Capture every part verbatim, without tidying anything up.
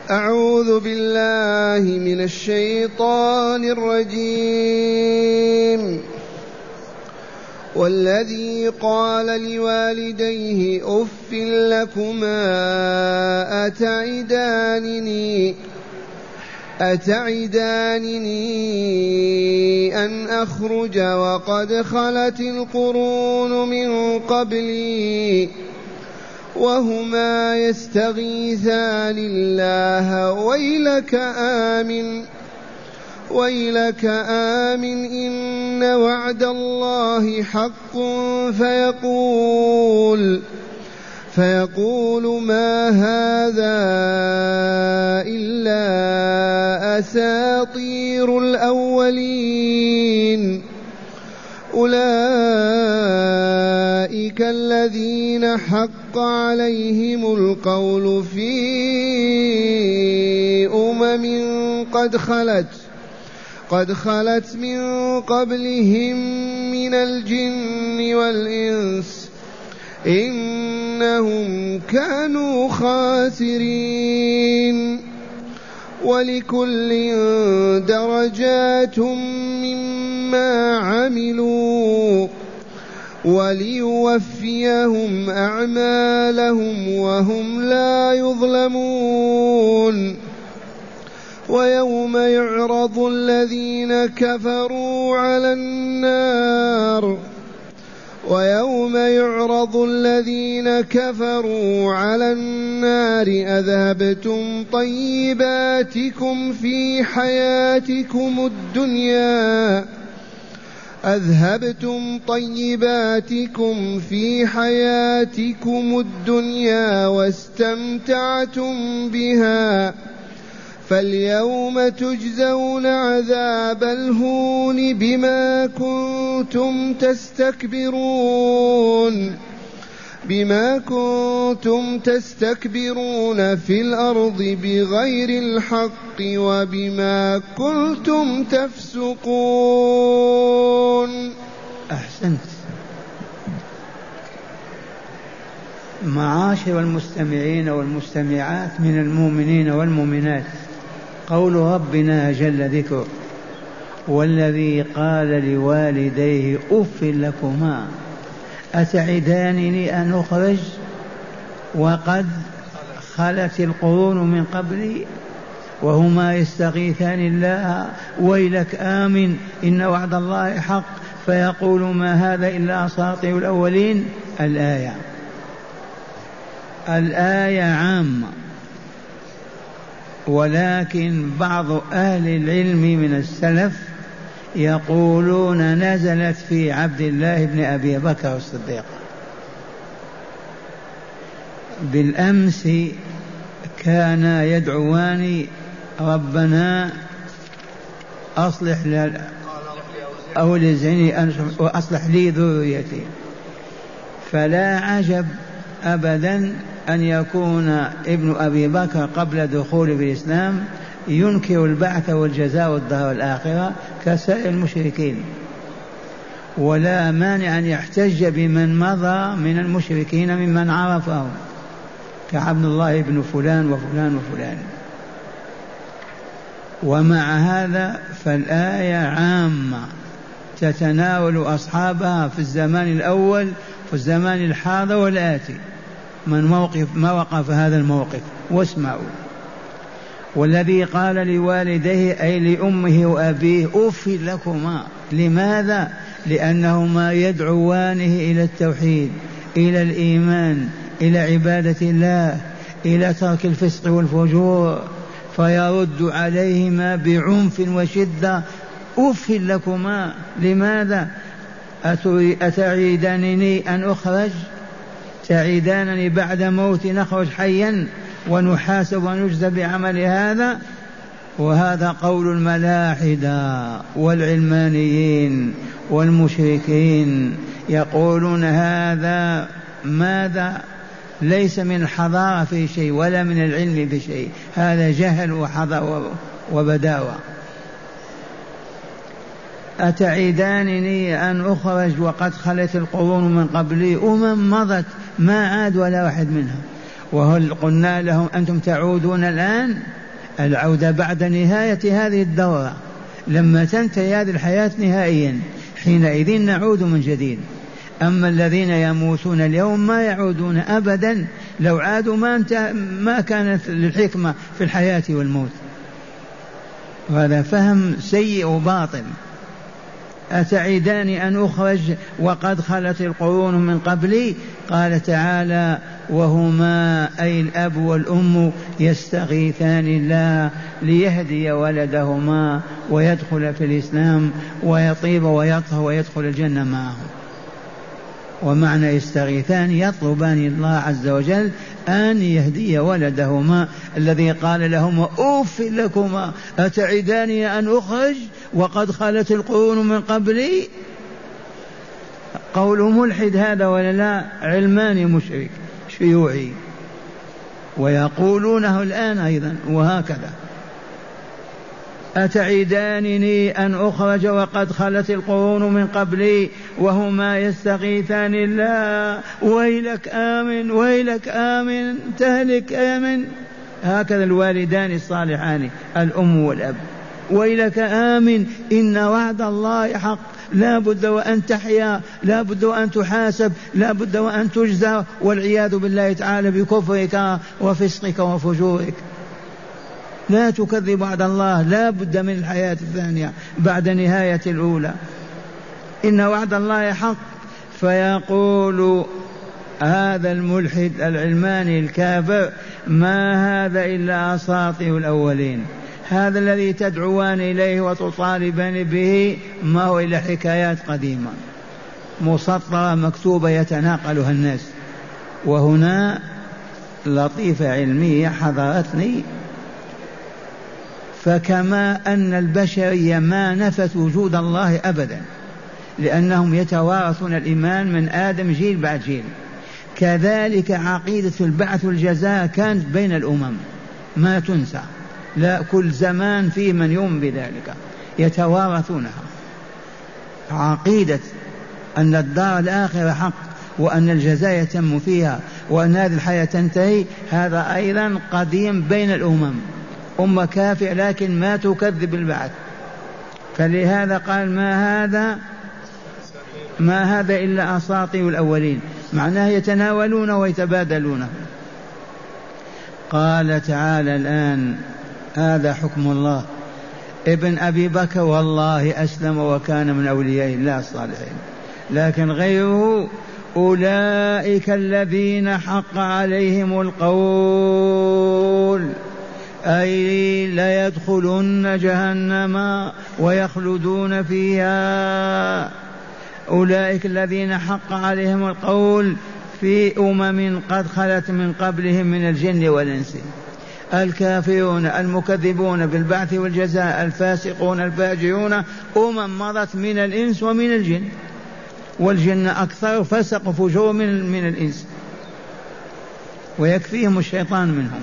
أعوذ بالله من الشيطان الرجيم. والذي قال لوالديه أف لكما أتعدانني أتعدانني أن أخرج وقد خلت القرون من قبلي وهما يستغيثان الله ويلك آمن ويلك آمن إن وعد الله حق فيقول فيقول ما هذا إلا أساطير الأولين أولئك الذين حق عليهم القول في أمم قد خلت قد خلت من قبلهم من الجن والإنس إنهم كانوا خاسرين ولكل درجات مما عملوا وليوفيهم أعمالهم وهم لا يظلمون. ويوم يعرض الذين كفروا على النار ويوم يعرض الذين كفروا على النار أذهبتم طيباتكم في حياتكم الدنيا أذهبتم طيباتكم في حياتكم الدنيا واستمتعتم بها فاليوم تجزون عذاب الهون بما كنتم تستكبرون بما كنتم تستكبرون في الأرض بغير الحق وبما كنتم تفسقون. أحسنت. معاشر المستمعين والمستمعات من المؤمنين والمؤمنات، قول ربنا جل ذكره والذي قال لوالديه أف لكما أتعدانني أن أخرج وقد خلت القرون من قبلي وهما يستغيثان الله ويلك آمن إن وعد الله حق فيقول ما هذا إلا أساطير الأولين. الآية الآية عامة، ولكن بعض أهل العلم من السلف يقولون نزلت في عبد الله بن أبي بكر الصديق. بالأمس كان يدعوان ربنا أصلح أو لزني وأصلح لي ذريتي، فلا عجب أبدا أن يكون ابن أبي بكر قبل دخول بالإسلام ينكر البعث والجزاء والدار الآخرة كسائر المشركين، ولا مانع أن يحتج بمن مضى من المشركين ممن عرفهم كعبد الله بن فلان وفلان وفلان. ومع هذا فالآية عامة تتناول أصحابها في الزمان الأول في الزمان الحاضر والآتي من موقف ما وقف هذا الموقف. واسمعوا: والذي قال لوالديه أي لأمه وأبيه أف لكما. لماذا؟ لأنهما يدعوانه إلى التوحيد، إلى الإيمان، إلى عبادة الله، إلى ترك الفسق والفجور، فيرد عليهما بعنف وشدة: أف لكما. لماذا؟ أتعيدانني أن أخرج؟ تعيدانني بعد موتي نخرج حيا ونحاسب ونجزى بعمل هذا؟ وهذا قول الملاحدة والعلمانيين والمشركين، يقولون هذا ماذا؟ ليس من الحضارة في شيء ولا من العلم بشيء، هذا جهل وحضارة وبداوة. أتعيدانني أن أخرج وقد خلت القرون من قبلي، أمم مضت ما عاد ولا واحد منها، وهل قلنا لهم أنتم تعودون الآن؟ العودة بعد نهاية هذه الدورة، لما تنتهي هذه الحياة نهائيا حينئذ نعود من جديد. أما الذين يموتون اليوم ما يعودون أبدا، لو عادوا ما, انت ما كانت للحكمة في الحياة والموت. وهذا فهم سيء وباطل. أتعداني أن أخرج وقد خلت القرون من قبلي؟ قال تعالى وهما أي الأب والأم يستغيثان الله ليهدي ولدهما ويدخل في الإسلام ويطيب ويطهر ويدخل الجنة معه. ومعنى يستغيثان يطلبان الله عز وجل أن يهدي ولدهما الذي قال لهما أوف لكما أتعداني أن أخرج وقد خلت القرون من قبلي. قول ملحد هذا ولا لا؟ علماني مشرك شيوعي، ويقولونه الآن أيضا وهكذا. أتعدانني أن أخرج وقد خلت القرون من قبلي وهما يستغيثان الله ويلك آمن ويلك آمن تهلك آمن. هكذا الوالدان الصالحان الأم والأب، ويلك آمن إن وعد الله حق، لا بد وأن تحيا، لا بد وأن تحاسب، لا بد وأن تجزى، والعياذ بالله تعالى بكفرك وفسقك وفجورك. لا تكذب وعد الله، لا بد من الحياة الثانية بعد نهاية الأولى. إن وعد الله حق. فيقول هذا الملحد العلماني الكافر ما هذا إلا أساطير الأولين، هذا الذي تدعوان إليه وتطالبان به ما هو إلا حكايات قديمة مسطرة مكتوبة يتناقلها الناس. وهنا لطيفة علمية حضرتني، فكما أن البشرية ما نفت وجود الله أبدا لأنهم يتوارثون الإيمان من آدم جيل بعد جيل، كذلك عقيدة البعث والجزاء كانت بين الأمم ما تنسى، لا كل زمان فيه من يؤمن بذلك يتوارثونها. عقيدة أن الدار الآخرة حق وأن الجزاء يتم فيها وأن هذه الحياة تنتهي، هذا أيضا قديم بين الأمم. أمة كافر لكن ما تكذب البعث، فلهذا قال ما هذا ما هذا إلا أساطير الأولين، معناه يتناولون ويتبادلونه. قال تعالى الآن هذا حكم الله. ابن أبي بكر والله أسلم وكان من أولياء الله الصالحين، لكن غيره أولئك الذين حق عليهم القول أي لا يدخلن جهنم ويخلدون فيها. أولئك الذين حق عليهم القول في أمم قد خلت من قبلهم من الجن والإنس، الكافرون المكذبون بالبعث والجزاء الفاسقون الفاجرون، أمم مضت من الإنس ومن الجن، والجن أكثر فسق فجور من, من الإنس ويكفيهم الشيطان منهم.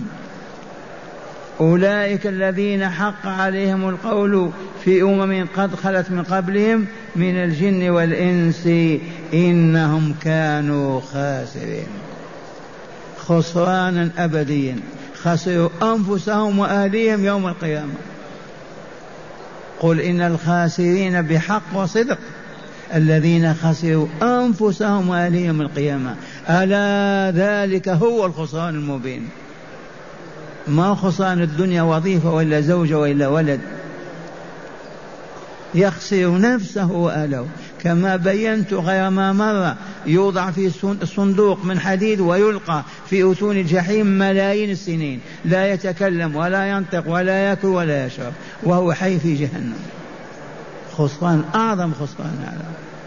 أولئك الذين حق عليهم القول في أمم قد خلت من قبلهم من الجن والإنس إنهم كانوا خاسرين خسرانا أبديا، خسروا أنفسهم وأهليهم يوم القيامة. قل إن الخاسرين بحق وصدق الذين خسروا أنفسهم وأهليهم القيامة، ألا ذلك هو الخسران المبين. ما خسران الدنيا وظيفة وإلا زوجة وإلا ولد، يخسر نفسه وأهله. كما بينت غير ما مر، يوضع في صندوق من حديد ويلقى في أتون الجحيم ملايين السنين، لا يتكلم ولا ينطق ولا يأكل ولا يشرب وهو حي في جهنم. خسران أعظم خسران هذا.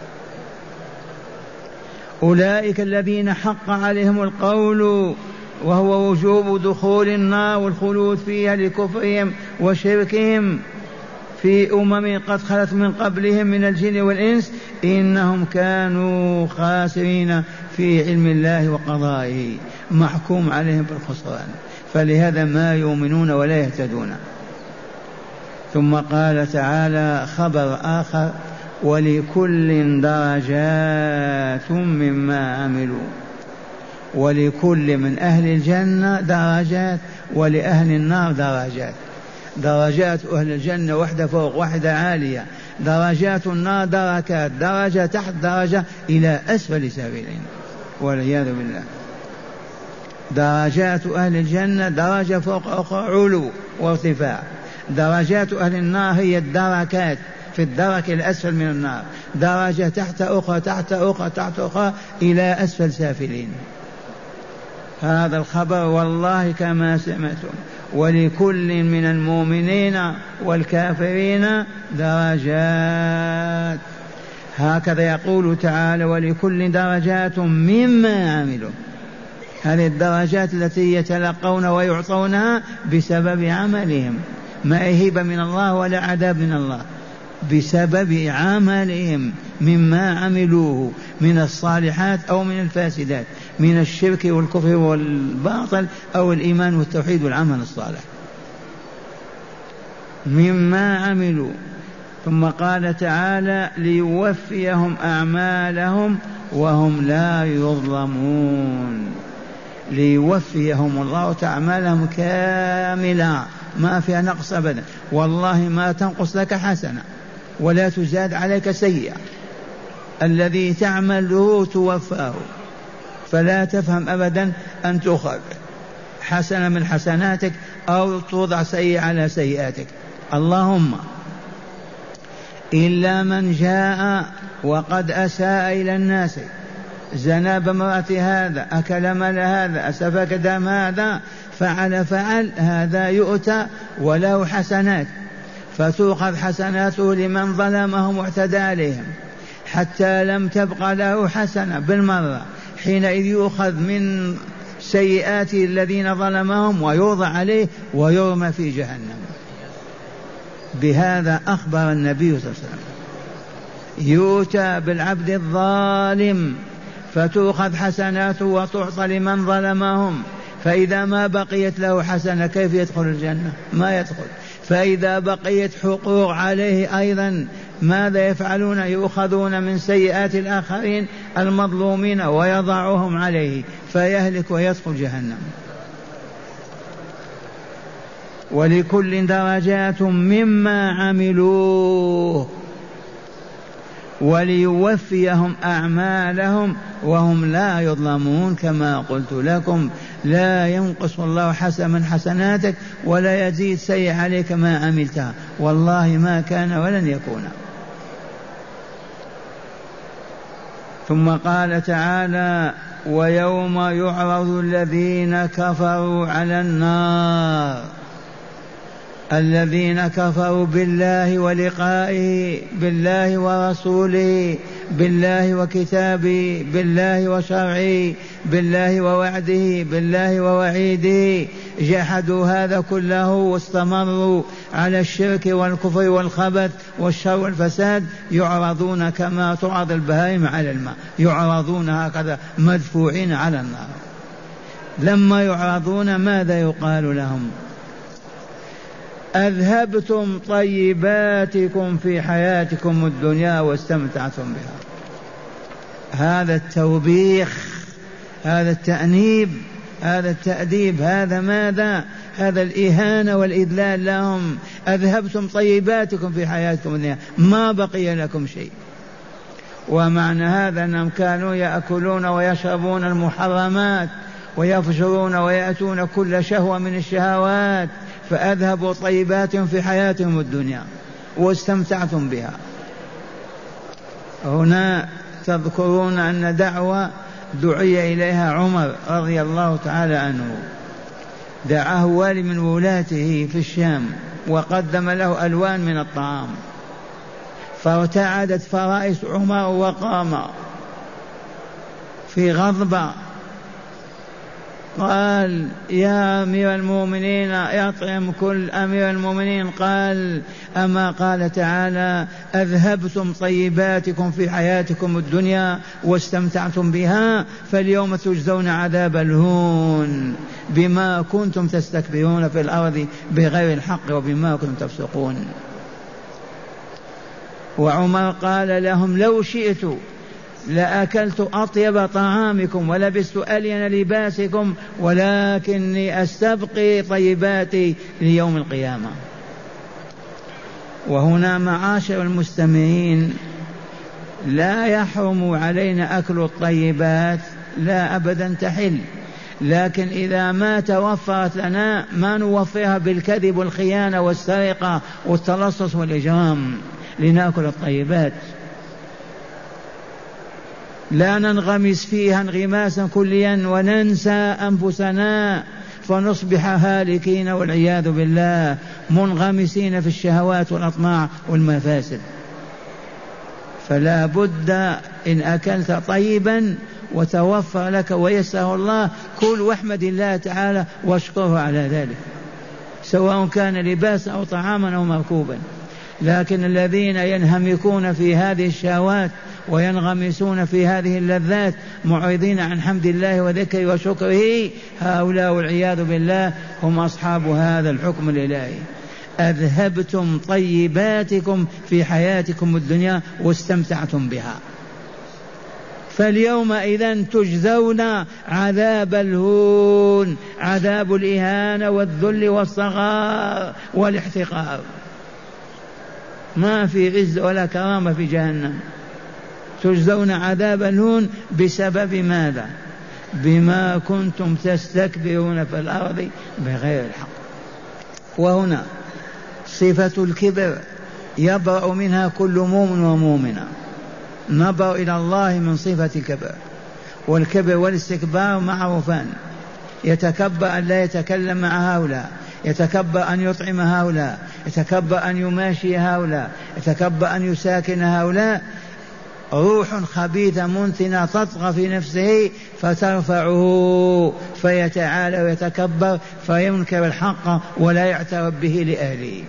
أولئك الذين حق عليهم القول وهو وجوب دخول النار والخلود فيها لكفرهم وشركهم في أمم قد خلت من قبلهم من الجن والإنس إنهم كانوا خاسرين في علم الله وقضائه، محكوم عليهم بالخسران، فلهذا ما يؤمنون ولا يهتدون. ثم قال تعالى خبر آخر ولكل درجات مما عملوا، ولكل من أهل الجنة درجات ولأهل النار درجات. درجات أهل الجنة واحدة فوق واحدة عالية، درجات النار دركات، درجة تحت درجة إلى أسفل سافلين والعياذ بالله. درجات أهل الجنة درجة فوق أخرى علو وارتفاع، درجات أهل النار هي الدركات في الدرك الأسفل من النار، درجة تحت أخرى تحت أخرى تحت أخرى إلى أسفل سافلين. هذا الخبر والله كما سمعتم. ولكل من المؤمنين والكافرين درجات، هكذا يقول تعالى ولكل درجات مما عملوا. هذه الدرجات التي يتلقون ويعطونها بسبب عملهم، ما هبة من الله ولا عذاب من الله، بسبب عملهم مما عملوه من الصالحات أو من الفاسدات، من الشرك والكفر والباطل أو الإيمان والتوحيد والعمل الصالح، مما عملوا. ثم قال تعالى ليوفيهم أعمالهم وهم لا يظلمون. ليوفيهم الله أعمالهم كاملة ما فيها نقص أبدا، والله ما تنقص لك حسنة ولا تزاد عليك سيئة، الذي تعمله توفاه، فلا تفهم أبدا أن تؤخذ حسنة من حسناتك أو توضع سيئة على سيئاتك. اللهم إلا من جاء وقد أساء إلى الناس، زنى بامرأة هذا، أكل مال هذا، أسفك دم هذا، فعل فعل، هذا يؤتى وله حسنات، فتؤخذ حسناته لمن ظلمهم واعتدى عليهم حتى لم تبق له حسنة بالمرة، حينئذ يؤخذ من سيئات الذين ظلمهم ويوضع عليه ويرمى في جهنم. بهذا أخبر النبي صلى الله عليه وسلم. يؤتى بالعبد الظالم فتؤخذ حسناته وتعطى لمن ظلمهم، فإذا ما بقيت له حسنة كيف يدخل الجنة؟ ما يدخل. فإذا بقيت حقوق عليه أيضا ماذا يفعلون؟ يؤخذون من سيئات الآخرين المظلومين ويضعهم عليه فيهلك ويدخل جهنم. ولكل درجات مما عملوه وليوفيهم أعمالهم وهم لا يظلمون. كما قلت لكم لا ينقص الله حسن من حسناتك ولا يزيد سيء عليك ما عملتها، والله ما كان ولن يكون. ثم قال تعالى ويوم يعرض الذين كفروا على النار، الذين كفروا بالله ولقائه، بالله ورسوله، بالله وكتابه، بالله وشرعه، بالله ووعده، بالله ووعيده، جحدوا هذا كله واستمروا على الشرك والكفر والخبث والشر والفساد، يعرضون كما تعرض البهائم على الماء، يعرضون هكذا مدفوعين على النار. لما يعرضون ماذا يقال لهم؟ أذهبتم طيباتكم في حياتكم الدنيا واستمتعتم بها. هذا التوبيخ، هذا التأنيب، هذا التأديب، هذا ماذا؟ هذا الإهانة والإذلال لهم. أذهبتم طيباتكم في حياتكم الدنيا، ما بقي لكم شيء. ومعنى هذا أنهم كانوا يأكلون ويشربون المحرمات ويفجرون ويأتون كل شهوة من الشهوات، فأذهبوا طيباتهم في حياتهم الدنيا واستمتعتم بها. هنا تذكرون أن دعوة دعي إليها عمر رضي الله تعالى عنه، دعاه والي من ولاته في الشام وقدم له ألوان من الطعام، فارتعدت فرائس عمر وقام في غضبة، قال يا أمير المؤمنين يطعم كل أمير المؤمنين. قال أما قال تعالى أذهبتم طيباتكم في حياتكم الدنيا واستمتعتم بها، فاليوم تجزون عذاب الهون بما كنتم تستكبرون في الأرض بغير الحق وبما كنتم تفسقون. وعمر قال لهم لو شئت لأكلت أطيب طعامكم ولبست ألين لباسكم، ولكني أستبقي طيباتي ليوم القيامة. وهنا معاشر المستمعين لا يحرم علينا أكل الطيبات، لا أبدا تحل، لكن إذا ما توفرت لنا ما نوفرها بالكذب والخيانة والسرقة والتلصص والإجرام لنأكل الطيبات، لا ننغمس فيها انغماسا كليا وننسى أنفسنا فنصبح هالكين والعياذ بالله منغمسين في الشهوات والأطماع والمفاسد. فلا بد إن أكلت طيبا وتوفر لك ويسره الله كل واحمد الله تعالى واشكره على ذلك، سواء كان لباسا أو طعاما أو مركوبا. لكن الذين ينهمكون في هذه الشهوات وينغمسون في هذه اللذات معرضين عن حمد الله وذكره وشكره، هؤلاء والعياذ بالله هم أصحاب هذا الحكم الإلهي. أذهبتم طيباتكم في حياتكم الدنيا واستمتعتم بها، فاليوم إذن تجزون عذاب الهون، عذاب الإهانة والذل والصغار والاحتقار، ما في عز ولا كرامة في جهنم. تجزون عذاب الهون بسبب ماذا؟ بما كنتم تستكبرون في الأرض بغير الحق. وهنا صفة الكبر يبرأ منها كل مؤمن ومؤمنة، نبر إلى الله من صفة الكبر. والكبر والاستكبار معروفان، يتكبر أن لا يتكلم مع هؤلاء، يتكبر أن يطعم هؤلاء، يتكبر أن يماشي هؤلاء، يتكبر أن يساكن هؤلاء. روح خبيثة منتنة تطغى في نفسه فترفعه فيتعالى ويتكبر فينكر الحق ولا يعترف به لأهله.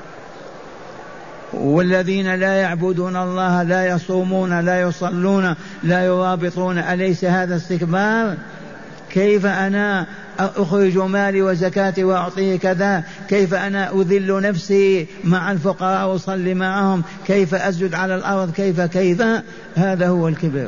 والذين لا يعبدون الله، لا يصومون، لا يصلون، لا يرابطون، أليس هذا استكبار؟ كيف أنا أخرج مالي وزكاتي وأعطيه كذا؟ كيف أنا أذل نفسي مع الفقراء وأصلي معهم؟ كيف أسجد على الأرض؟ كيف كيف هذا هو الكبر.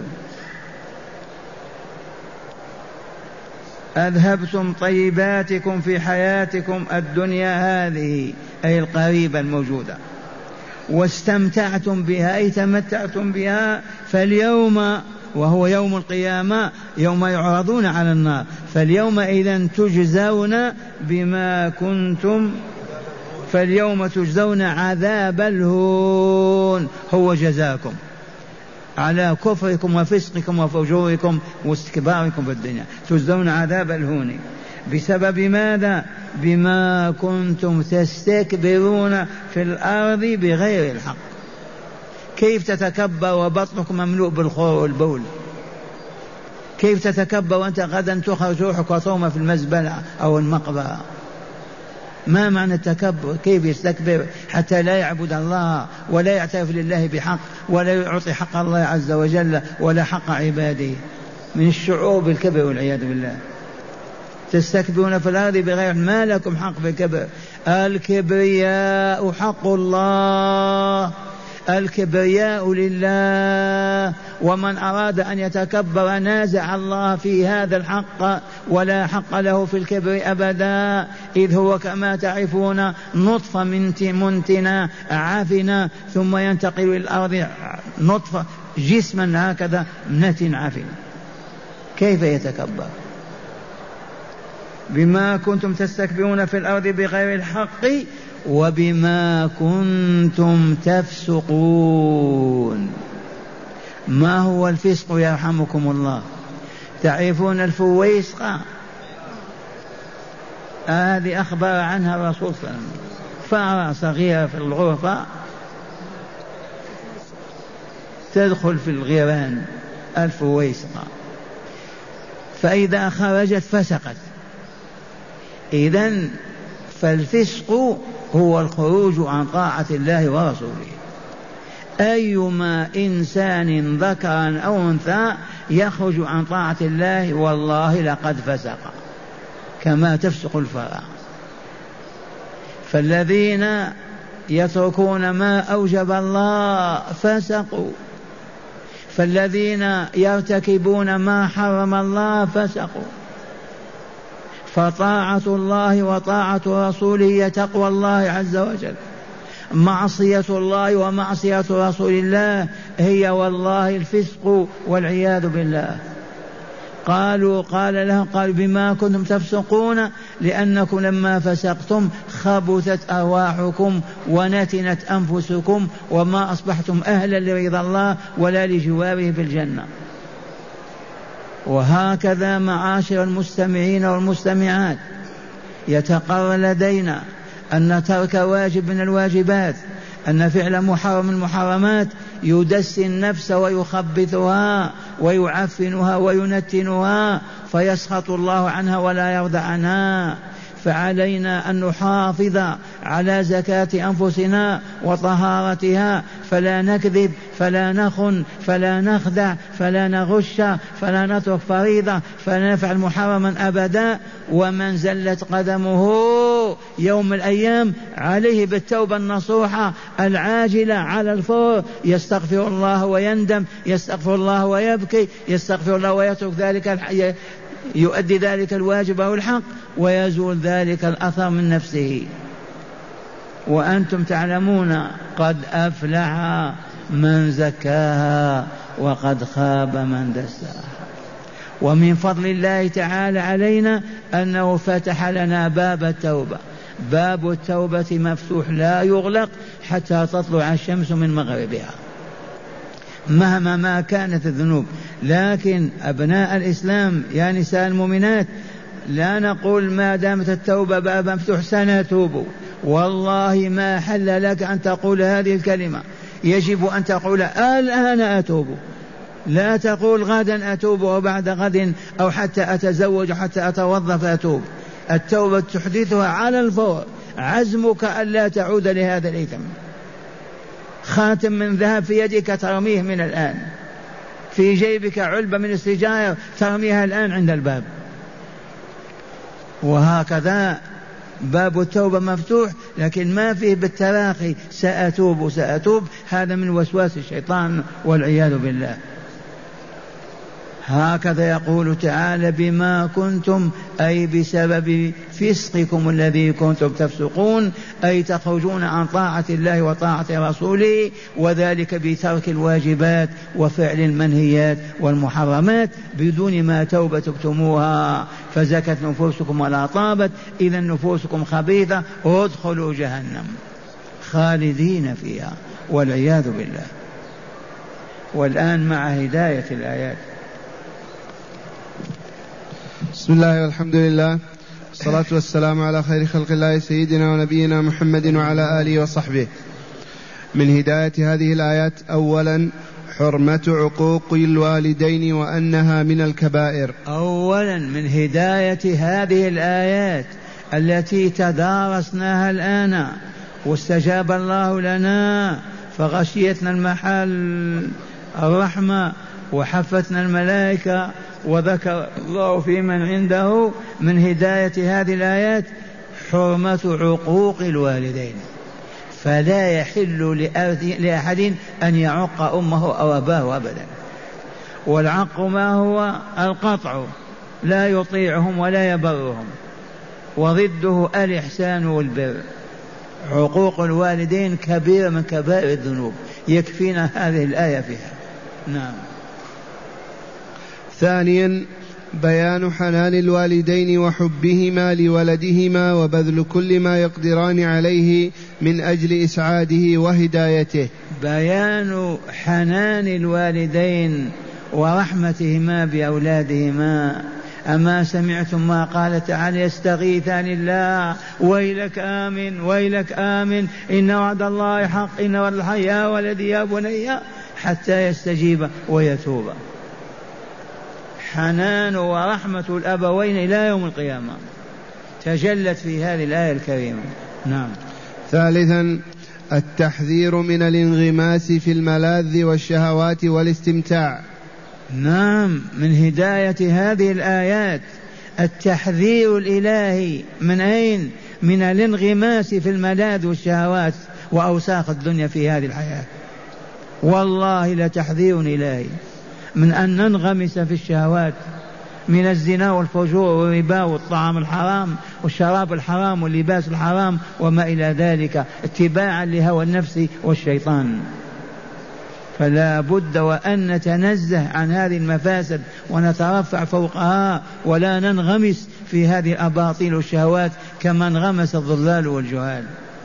أذهبتم طيباتكم في حياتكم الدنيا هذه أي القريبة الموجودة، واستمتعتم بها أي تمتعتم بها، فاليوم وهو يوم القيامة يوم يعرضون على النار، فاليوم إذن تجزون بما كنتم، فاليوم تجزون عذاب الهون، هو جزاكم على كفركم وفسقكم وفجوركم واستكباركم في الدنيا، تجزون عذاب الهون بسبب ماذا؟ بما كنتم تستكبرون في الأرض بغير الحق. كيف تتكبر وبطنك مملوء بالخور والبول؟ كيف تتكبر وأنت غدا تخرج روحك وترمى في المزبلة أو المقبرة؟ ما معنى التكبر؟ كيف يستكبر حتى لا يعبد الله ولا يعترف لله بحق ولا يعطي حق الله عز وجل ولا حق عباده؟ من الشعور بالكبر والعياذ بالله. تستكبرون في الأرض بغير، ما لكم حق في الكبر. الكبرياء حق الله، الكبرياء لله، ومن أراد أن يتكبر نازع الله في هذا الحق ولا حق له في الكبر أبدا، إذ هو كما تعرفون نطفة منتنة عافنة ثم ينتقل إلى الأرض نطفة جسما هكذا نتن عافنة، كيف يتكبر؟ بما كنتم تستكبرون في الأرض بغير الحق وبما كنتم تفسقون. ما هو الفسق يرحمكم الله؟ تعرفون الفويسقة؟ هذه أخبر عنها الرسول صلى الله عليه وسلم، فأرى صغيرة في الغرفة تدخل في الغيران، الفويسقة، فإذا خرجت فسقت. إذن فالفسق هو الخروج عن طاعة الله ورسوله. أيما إنسان ذكرا أو أنثى يخرج عن طاعة الله والله لقد فسق كما تفسق الفرع. فالذين يتركون ما أوجب الله فسقوا، فالذين يرتكبون ما حرم الله فسقوا. فطاعة الله وطاعة رسوله هي تقوى الله عز وجل. معصية الله ومعصية رسول الله هي والله الفسق والعياذ بالله. قالوا قال لهم قالوا بما كنتم تفسقون لأنكم لما فسقتم خبثت أرواحكم ونتنت أنفسكم وما أصبحتم أهلا لرضا الله ولا لجواره في الجنة. وهكذا معاشر المستمعين والمستمعات يتقرر لدينا أن ترك واجب من الواجبات، أن فعل محرم من المحرمات يدسي النفس ويخبثها ويعفنها وينتنها فيسخط الله عنها ولا يرضى عنها. فعلينا أن نحافظ على زكاة أنفسنا وطهارتها، فلا نكذب فلا نخن فلا نخدع فلا نغش فلا نترك فريضة فلا نفعل محرما أبدا. ومن زلت قدمه يوم الأيام عليه بالتوبة النصوحة العاجلة على الفور، يستغفر الله ويندم، يستغفر الله ويبكي، يستغفر الله ويترك ذلك الحي، يؤدي ذلك الواجب أو الحق ويزول ذلك الأثر من نفسه. وأنتم تعلمون قد أفلح من زكاها وقد خاب من دساها. ومن فضل الله تعالى علينا أنه فتح لنا باب التوبة. باب التوبة مفتوح لا يغلق حتى تطلع الشمس من مغربها مهما ما كانت الذنوب. لكن أبناء الإسلام يا نساء المؤمنات لا نقول ما دامت التوبة باب مفتوح سنتوب، والله ما حل لك أن تقول هذه الكلمة، يجب أن تقول الآن أتوب، لا تقول غدا أتوب وبعد غد أو حتى أتزوج حتى أتوظف أتوب. التوبة تحدثها على الفور، عزمك ألا تعود لهذا الإثم. خاتم من ذهب في يدك ترميه من الآن، في جيبك علبة من السجائر ترميها الآن عند الباب. وهكذا باب التوبة مفتوح، لكن ما فيه بالتراخي سأتوب سأتوب، هذا من وسواس الشيطان والعياذ بالله. هكذا يقول تعالى بما كنتم أي بسبب فسقكم الذي كنتم تفسقون، أي تخرجون عن طاعة الله وطاعة رسوله، وذلك بترك الواجبات وفعل المنهيات والمحرمات بدون ما توبة تكتموها، فزكت نفوسكم ولا طابت، إذا نفوسكم خبيثة ادخلوا جهنم خالدين فيها والعياذ بالله. والآن مع هداية الآيات. بسم الله والحمد لله والصلاة والسلام على خير خلق الله سيدنا ونبينا محمد وعلى آله وصحبه. من هداية هذه الآيات أولا حرمة عقوق الوالدين وأنها من الكبائر. أولا من هداية هذه الآيات التي تدارسناها الآن واستجاب الله لنا فغشيتنا المحل الرحمة وحفتنا الملائكة وذكر الله في من عنده. من هداية هذه الآيات حرمة عقوق الوالدين، فلا يحل لأحد أن يعق أمه أو أباه أبدا. والعق ما هو؟ القطع، لا يطيعهم ولا يبرهم، وضده الإحسان والبر. عقوق الوالدين كبيرة من كبائر الذنوب، يكفينا هذه الآية فيها. نعم. ثانيا بيان حنان الوالدين وحبهما لولدهما وبذل كل ما يقدران عليه من أجل إسعاده وهدايته. بيان حنان الوالدين ورحمتهما بأولادهما. أما سمعتم ما قال تعالى يستغيثان الله ويلك آمن ويلك آمن إن وعد الله حق إن وعد الحق يا ولدي يا بني، حتى يستجيب ويتوب. حنان ورحمة الأبوين إلى يوم القيامة تجلت في هذه الآية الكريمة. نعم. ثالثا التحذير من الانغماس في الملاذ والشهوات والاستمتاع. نعم، من هداية هذه الآيات التحذير الإلهي. من أين؟ من الانغماس في الملاذ والشهوات وأوساخ الدنيا في هذه الحياة. والله لتحذير إلهي من أن ننغمس في الشهوات من الزنا والفجور والربا والطعام الحرام والشراب الحرام واللباس الحرام وما إلى ذلك، اتباعا لهوى النفس والشيطان. فلا بد وأن نتنزه عن هذه المفاسد ونترفع فوقها، ولا ننغمس في هذه الأباطيل والشهوات كما انغمس الضلال والجهال.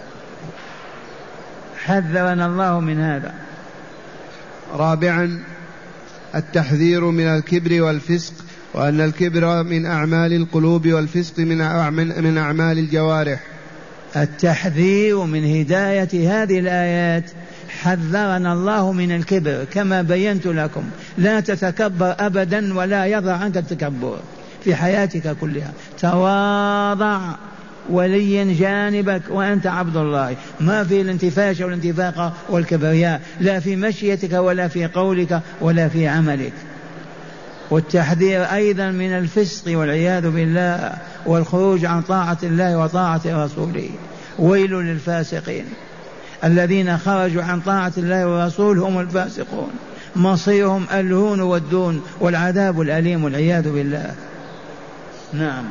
حذرنا الله من هذا. رابعا التحذير من الكبر والفسق، وأن الكبر من أعمال القلوب والفسق من أعمال الجوارح. التحذير من هداية هذه الآيات، حذرنا الله من الكبر كما بينت لكم، لا تتكبر أبدا ولا يضع عنك التكبر في حياتك كلها، تواضع وليا جانبك وأنت عبد الله، ما في الانتفاش والانتفاق والكبرياء، لا في مشيتك ولا في قولك ولا في عملك. والتحذير أيضا من الفسق والعياذ بالله والخروج عن طاعة الله وطاعة رسوله. ويل للفاسقين الذين خرجوا عن طاعة الله ورسوله هم الفاسقون، مصيرهم الهون والدون والعذاب الأليم والعياذ بالله. نعم.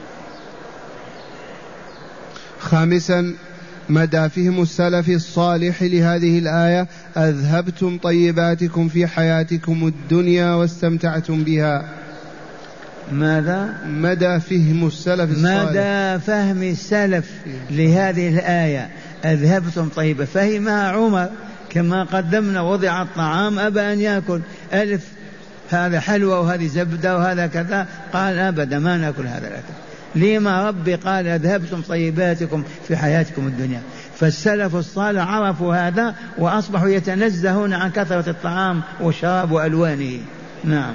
خامسا مدى فهم السلف الصالح لهذه الآية: أذهبتم طيباتكم في حياتكم الدنيا واستمتعتم بها. ماذا؟ مدى فهم السلف الصالح، مدى فهم السلف لهذه الآية. أذهبتم طيبة، فهمها عمر كما قدمنا، وضع الطعام أبى أن يأكل، ألف هذا حلوى وهذه زبدة وهذا كذا، قال أبدا ما نأكل هذا الأكل. لما ربي قال أذهبتم طيباتكم في حياتكم الدنيا؟ فالسلف الصالح عرفوا هذا وأصبحوا يتنزهون عن كثرة الطعام والشراب وألوانه. نعم.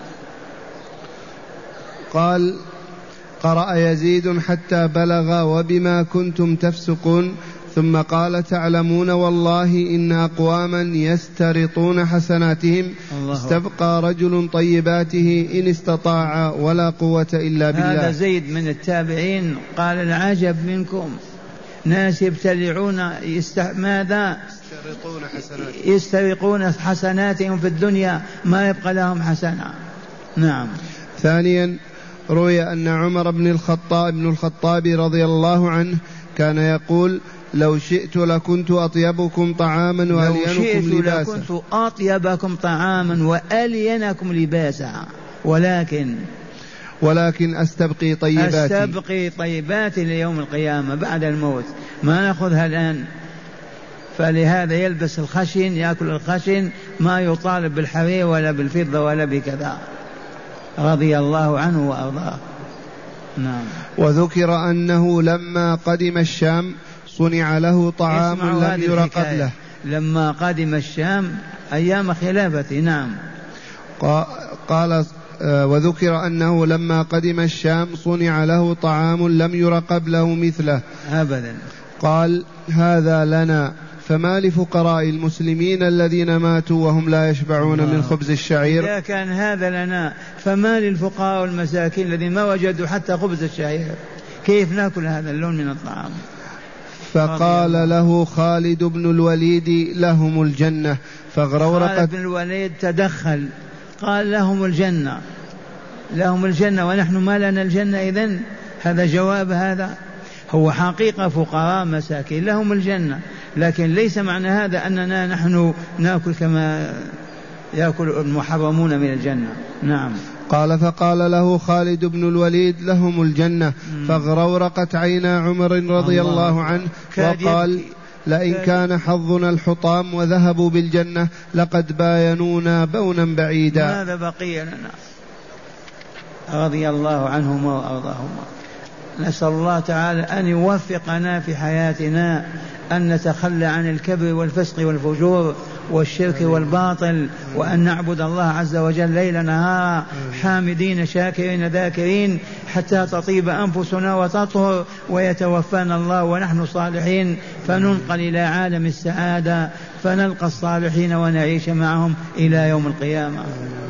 قال: قرأ يزيد حتى بلغ وبما كنتم تفسقون، ثم قال: تعلمون والله إن أقواما يسترطون حسناتهم استبقى رجل طيباته إن استطاع ولا قوة إلا بالله. هذا زيد من التابعين قال: العجب منكم، ناس يبتلعون يست... ماذا يسترطون حسناتهم. يسترقون حسناتهم في الدنيا، ما يبقى لهم حسنة. نعم. ثانيا روي أن عمر بن الخطاب بن الخطاب رضي الله عنه كان يقول: لو شئت لكنت أطيبكم طعاما وألينكم لباسا. لو كنت أطيبكم طعاما وألينكم لباسا، ولكن ولكن أستبقي طيباتي أستبقي طيباتي ليوم القيامة بعد الموت، ما نأخذها الآن. فلهذا يلبس الخشن، يأكل الخشن، ما يطالب بالحرير ولا بالفضة ولا بكذا، رضي الله عنه وأرضاه. نعم. وذكر أنه لما قدم الشام صنع له طعام لم ير قبله. لما قدم الشام أيام خلافته. نعم. قال: وذكر أنه لما قدم الشام صنع له طعام لم ير قبله مثله أبدا. قال: هذا لنا، فما لفقراء المسلمين الذين ماتوا وهم لا يشبعون من خبز الشعير؟ إذا كان هذا لنا، فما للفقراء والمساكين الذين ما وجدوا حتى خبز الشعير؟ كيف نأكل هذا اللون من الطعام؟ فقال له خالد بن الوليد: لهم الجنة. فاغرورقت. خالد بن الوليد تدخل قال: لهم الجنة، لهم الجنة ونحن ما لنا الجنة؟ إذن هذا جواب. هذا هو حقيقة فقراء مساكين لهم الجنة، لكن ليس معنى هذا أننا نحن نأكل كما يأكل المحرمون من الجنة. نعم. قال: فقال له خالد بن الوليد: لهم الجنة. فاغرورقت عينا عمر رضي الله, الله عنه وقال: لئن كان حظنا الحطام وذهبوا بالجنة لقد باينونا بونا بعيدا. ماذا بقي لنا؟ رضي الله عنهما وأرضاهما. نسأل الله تعالى أن يوفقنا في حياتنا أن نتخلى عن الكبر والفسق والفجور والشرك والباطل، وأن نعبد الله عز وجل ليل نهارا حامدين شاكرين ذاكرين حتى تطيب أنفسنا وتطهر ويتوفانا الله ونحن صالحين، فننقل إلى عالم السعادة فنلقى الصالحين ونعيش معهم إلى يوم القيامة.